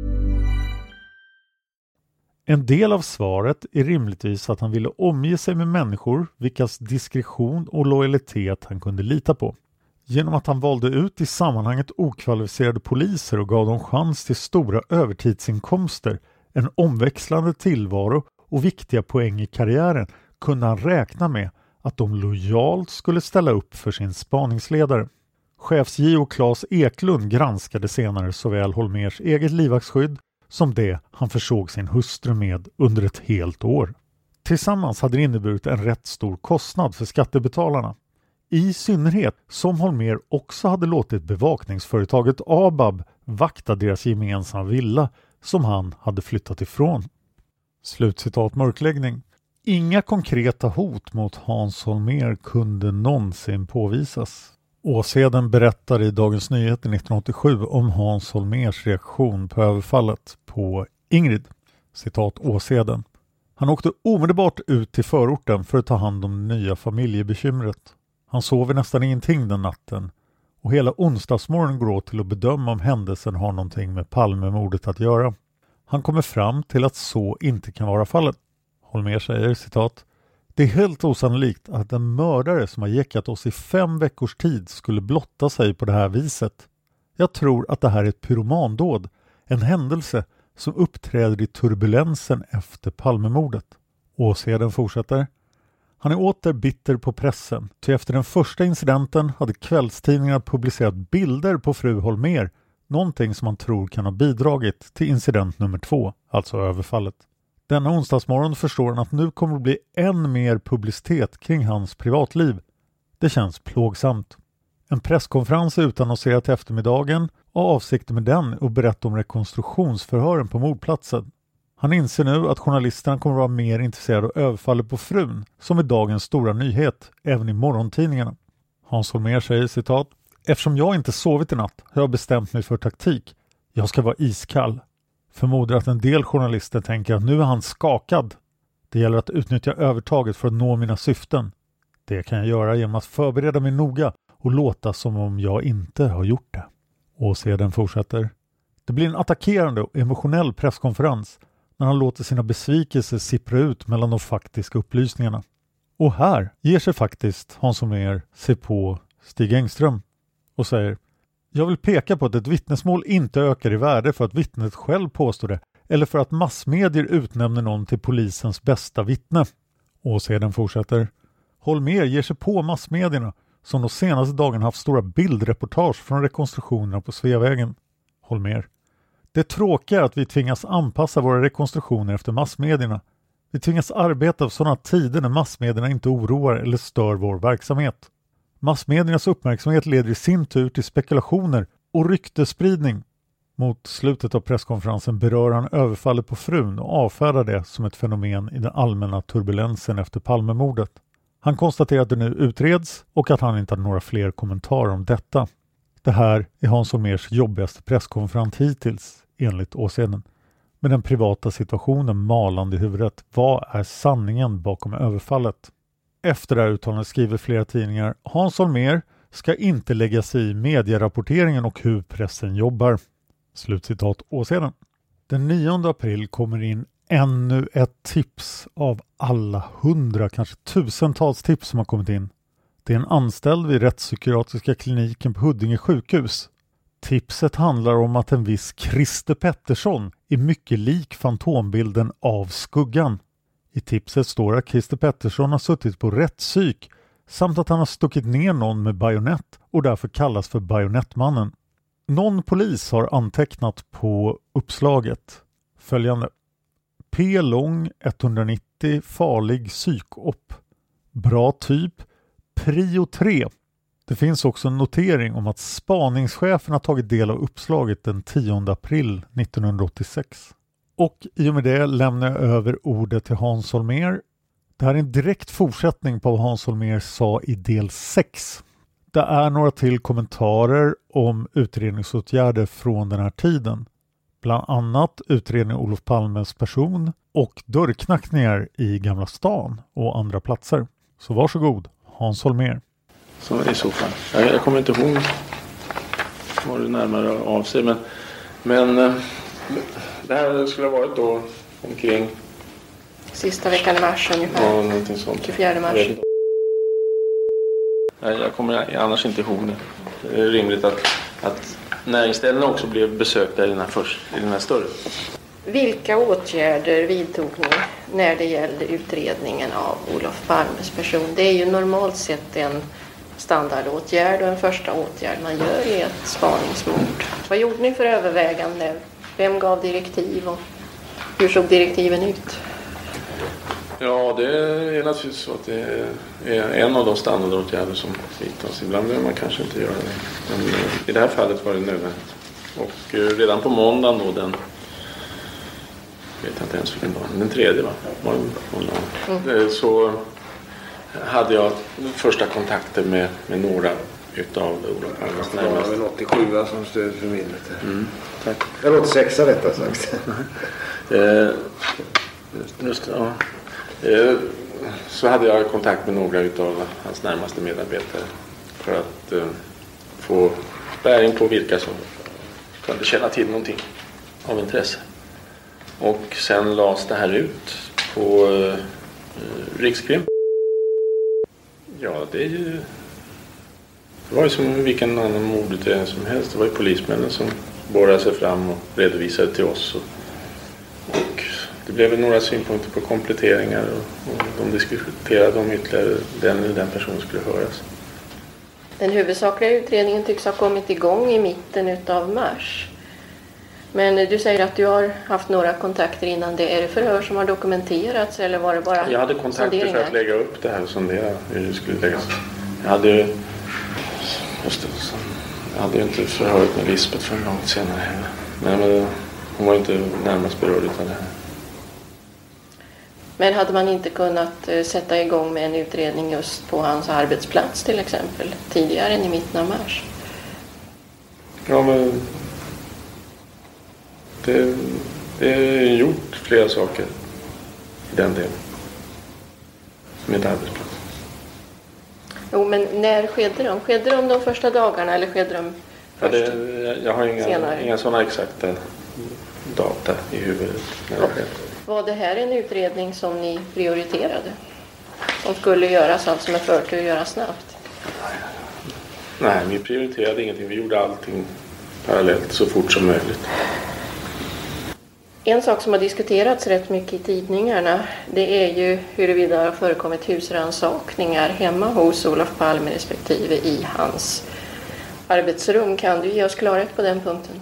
En del av svaret är rimligtvis att han ville omge sig med människor vilkas diskretion och lojalitet han kunde lita på. Genom att han valde ut i sammanhanget okvalificerade poliser och gav dem chans till stora övertidsinkomster, en omväxlande tillvaro och viktiga poäng i karriären, kunde han räkna med att de lojalt skulle ställa upp för sin spaningsledare. Chefs-JO Claes Eklund granskade senare såväl Holmérs eget livvaktsskydd som det han försåg sin hustru med under ett helt år. Tillsammans hade det inneburit en rätt stor kostnad för skattebetalarna. I synnerhet som Holmér också hade låtit bevakningsföretaget ABAB vakta deras gemensamma villa som han hade flyttat ifrån. Slutcitat mörkläggning. Inga konkreta hot mot Hans Holmér kunde någonsin påvisas. Åseden berättar i Dagens Nyheter 1987 om Hans Holmérs reaktion på överfallet på Ingrid. Citat Åseden. Han åkte omedelbart ut till förorten för att ta hand om det nya familjebekymret. Han sov nästan ingenting den natten och hela onsdagsmorgon går åt till att bedöma om händelsen har någonting med Palmemordet att göra. Han kommer fram till att så inte kan vara fallet. Holmér säger, citat: det är helt osannolikt att en mördare som har jäckat oss i 5 veckors tid skulle blotta sig på det här viset. Jag tror att det här är ett pyromandåd, en händelse som uppträder i turbulensen efter Palmemordet. Åseden fortsätter. Han är åter bitter på pressen, ty efter den första incidenten hade kvällstidningarna publicerat bilder på fru Holmér, någonting som man tror kan ha bidragit till incident nummer 2, alltså överfallet. Denna onsdagsmorgon förstår han att nu kommer det bli än mer publicitet kring hans privatliv. Det känns plågsamt. En presskonferens är utannonserad till eftermiddagen och avsikten med den är att berätta om rekonstruktionsförhören på mordplatsen. Han inser nu att journalisterna kommer att vara mer intresserade av överfallet på frun, som är dagens stora nyhet, även i morgontidningarna. Hans Holmér säger, citat: eftersom jag inte sovit i natt har jag bestämt mig för taktik. Jag ska vara iskall. Förmodar att en del journalister tänker att nu är han skakad. Det gäller att utnyttja övertaget för att nå mina syften. Det kan jag göra genom att förbereda mig noga och låta som om jag inte har gjort det. Åseden fortsätter. Det blir en attackerande och emotionell presskonferens när han låter sina besvikelser sippra ut mellan de faktiska upplysningarna. Och här ger sig faktiskt Hans Holmér se på Stig Engström och säger: jag vill peka på att ett vittnesmål inte ökar i värde för att vittnet själv påstår det eller för att massmedier utnämner någon till polisens bästa vittne. Åseden fortsätter. Holmér ger sig på massmedierna som de senaste dagarna haft stora bildreportage från rekonstruktionerna på Sveavägen. Holmér. Det tråkiga är att vi tvingas anpassa våra rekonstruktioner efter massmedierna. Vi tvingas arbeta av sådana tider när massmedierna inte oroar eller stör vår verksamhet. Massmediernas uppmärksamhet leder i sin tur till spekulationer och ryktespridning. Mot slutet av presskonferensen berör han överfallet på frun och avfärdar det som ett fenomen i den allmänna turbulensen efter Palmemordet. Han konstaterar att det nu utreds och att han inte har några fler kommentarer om detta. Det här är Hans Holmérs jobbigaste presskonferens hittills, enligt Åseden. Med den privata situationen malande i huvudet. Vad är sanningen bakom överfallet? Efter det här uttalandet skriver flera tidningar: Hans Holmér ska inte lägga sig i medierapporteringen och hur pressen jobbar. Slutcitat Åseden. Den 9 april kommer in ännu ett tips av alla 100, kanske tusentals tips som har kommit in. Det är en anställd vid rättspsykiatriska kliniken på Huddinge sjukhus. Tipset handlar om att en viss Christer Pettersson är mycket lik fantombilden av Skuggan. I tipset står att Christer Pettersson har suttit på rättspsyk samt att han har stuckit ner någon med bajonett och därför kallas för bajonettmannen. Någon polis har antecknat på uppslaget följande: P. Lång 190 farlig psykop. Bra typ. Prio 3. Det finns också en notering om att spaningschefen har tagit del av uppslaget den 10 april 1986. Och i och med det lämnar jag över ordet till Hans Holmér. Det här är en direkt fortsättning på vad Hans Holmér sa i del 6. Det är några till kommentarer om utredningsåtgärder från den här tiden. Bland annat utredning Olof Palmes person och dörrknackningar i Gamla stan och andra platser. Så varsågod, Hans Holmér. Så i så fall. Jag kommer inte ihåg vad det närmare avser, men det här skulle ha varit då omkring sista veckan i mars ungefär. Ja, någonting sånt. 24 mars. Jag kommer annars inte ihåg det. Det är rimligt att näringsställena också blev besökta i den här större. Vilka åtgärder vidtog ni när det gällde utredningen av Olof Palmes person? Det är ju normalt sett en standardåtgärd och en första åtgärd man gör i ett spaningsmord. Vad gjorde ni för övervägande? Vem gav direktiv och hur såg direktiven ut? Ja, det är naturligtvis så att det är en av de standardåtgärder som vidtas. Ibland vill man kanske inte göra det. Men i det här fallet var det nödvändigt. Och redan på måndagen då, den vet jag inte ens vilken dag, den 3:e var det måndag. Så hade jag första kontakter med några utav Olof Palmes närmaste. Det var en 87 som stöd för minnet. Tack. Eller 86 rättare sagt. Just ja. Så hade jag kontakt med några utav hans närmaste medarbetare för att få bäring på vilka som kunde känna till någonting av intresse. Och sen lades det här ut på Rikskrim. Ja, det var ju som vilken annan mordutredning som helst. Det var ju polismännen som borrade sig fram och redovisade till oss. Och det blev några synpunkter på kompletteringar och de diskuterade om ytterligare den eller den personen skulle höras. Den huvudsakliga utredningen tycks ha kommit igång i mitten utav mars. Men du säger att du har haft några kontakter innan det. Är det förhör som har dokumenterats eller var det bara Jag hade kontakter för att lägga upp det här och sondera hur det skulle läggas. Jag hade ju inte förhört med Lisbeth för långt senare heller. Men hon var inte närmast berörd av det här. Men hade man inte kunnat sätta igång med en utredning just på hans arbetsplats till exempel tidigare än i mitten av mars? Ja, men det är gjort flera saker i den delen. Med arbetsplats. Jo, men när skedde de? Skedde de första dagarna eller skedde de först jag har senare? Inga sådana exakta data i huvudet när det skedde. Var det här en utredning som ni prioriterade? Som skulle göras alltså med förtur och göras snabbt? Nej, vi prioriterade ingenting. Vi gjorde allting parallellt så fort som möjligt. En sak som har diskuterats rätt mycket i tidningarna, det är ju huruvida det har förekommit husrannsakningar hemma hos Olof Palme respektive i hans arbetsrum. Kan du ge oss klarhet på den punkten?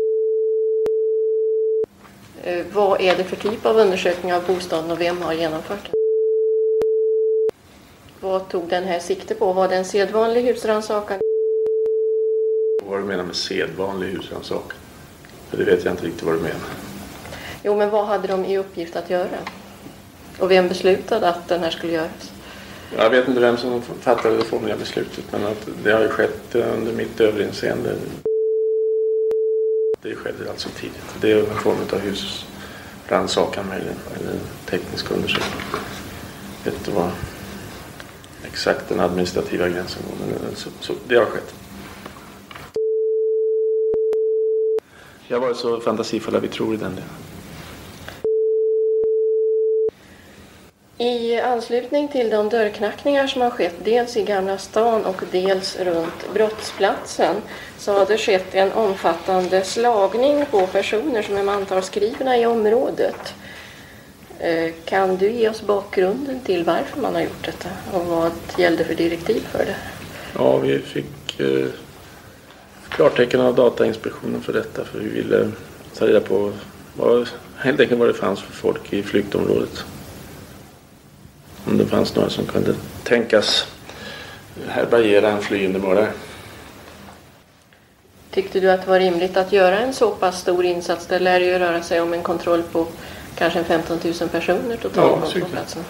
Vad är det för typ av undersökning av bostaden och vem har genomfört den? Vad tog den här sikte på? Var det en sedvanlig husrannsakan? Vad du menar med sedvanlig husrannsakan? För det vet jag inte riktigt vad du menar. Jo, men vad hade de i uppgift att göra? Och vem beslutade att den här skulle göras? Jag vet inte vem som fattade det formliga beslutet, men att det har ju skett under mitt överinseende. Det skedde alltså tidigt. Det är en form av husrannsakan möjligen, eller teknisk undersökning. Jag vet inte vad exakt den administrativa gränsen går, men så det har skett. Jag var så fantasifulla vi tror i den delen. I anslutning till de dörrknackningar som har skett dels i Gamla stan och dels runt brottsplatsen så har det skett en omfattande slagning på personer som är mantalsskrivna i området. Kan du ge oss bakgrunden till varför man har gjort detta och vad gällde för direktiv för det? Ja, vi fick klartecken av Datainspektionen för detta, för vi ville ta reda på helt enkelt vad det fanns för folk i flyktområdet. Om det fanns några som kunde tänkas härbärgera en flyende mördare. Tyckte du att det var rimligt att göra en så pass stor insats? Det lär ju röra sig om en kontroll på kanske 15 000 personer totalt på platsen.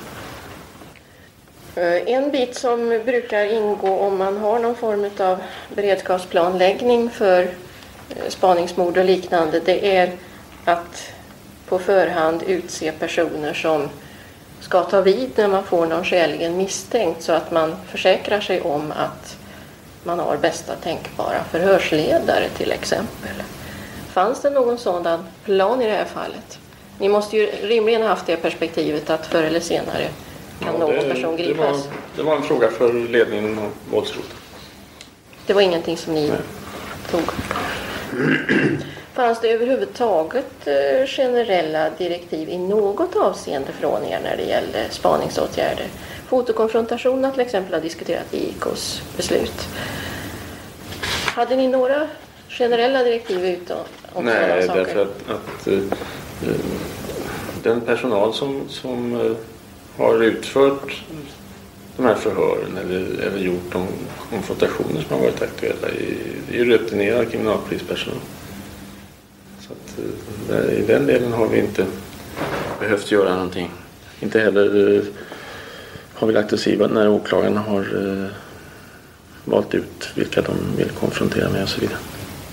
En bit som brukar ingå om man har någon form av beredskapsplanläggning för spaningsmord och liknande, det är att på förhand utse personer som ska ta vid när man får någon skäligen misstänkt, så att man försäkrar sig om att man har bästa tänkbara förhörsledare till exempel. Fanns det någon sådan plan i det här fallet? Ni måste ju rimligen ha haft det perspektivet att förr eller senare kan någon person gripas. Det var en fråga för ledningen av våldsroten. Det var ingenting som ni tog. Fanns det överhuvudtaget generella direktiv i något avseende från er när det gällde spaningsåtgärder? Fotokonfrontationerna till exempel har diskuterat i IKs beslut. Hade ni några generella direktiv ut om Nej, sådana saker? därför att den personal som har utfört de här förhören eller gjort de konfrontationer som har varit aktuella är ju rutinerad kriminalpolispersonal. Så att i den delen har vi inte behövt göra någonting. Inte heller har vi lagt oss i när åklagarna har valt ut vilka de vill konfrontera med och så vidare.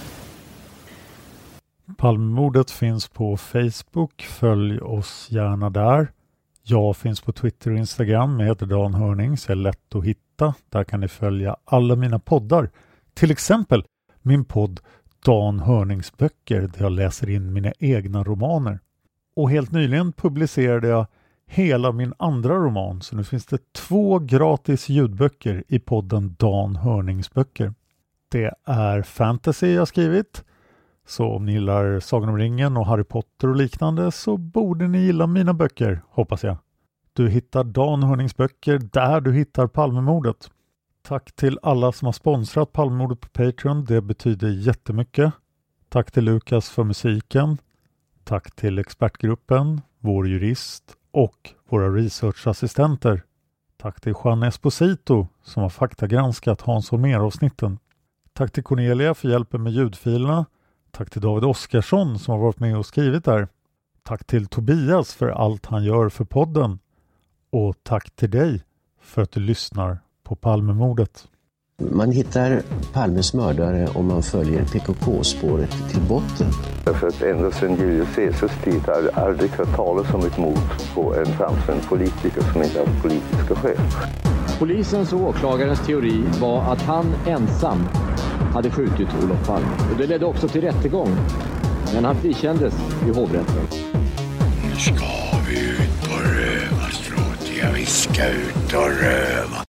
Palmemordet finns på Facebook. Följ oss gärna där. Jag finns på Twitter och Instagram. Jag heter Dan Hörning, så är lätt att hitta. Där kan ni följa alla mina poddar. Till exempel min podd Dan Hörnings böcker, där jag läser in mina egna romaner. Och helt nyligen publicerade jag hela min andra roman, så nu finns det 2 gratis ljudböcker i podden Dan Hörnings böcker. Det är fantasy jag skrivit, så om ni gillar Sagan om ringen och Harry Potter och liknande så borde ni gilla mina böcker, hoppas jag. Du hittar Dan Hörnings böcker där du hittar Palmemordet. Tack till alla som har sponsrat Palmemordet på Patreon, det betyder jättemycket. Tack till Lukas för musiken. Tack till expertgruppen, vår jurist och våra researchassistenter. Tack till Juan Esposito som har faktagranskat Hans Holmér-avsnitten. Tack till Cornelia för hjälpen med ljudfilerna. Tack till David Oskarsson som har varit med och skrivit där. Tack till Tobias för allt han gör för podden. Och tack till dig för att du lyssnar på Palmemordet. Man hittar Palmes mördare om man följer PKK-spåret till botten. Därför att ända sedan Julius Caesars tid har det aldrig hört talas om ett mord på en framstående politiker som inte har politiska skäl. Polisens och åklagarens teori var att han ensam hade skjutit Olof Palme. Och det ledde också till rättegång. Men han frikändes i hovrätten. Nu ska vi ut och röva, Stråt. Ja, vi ska ut och röva.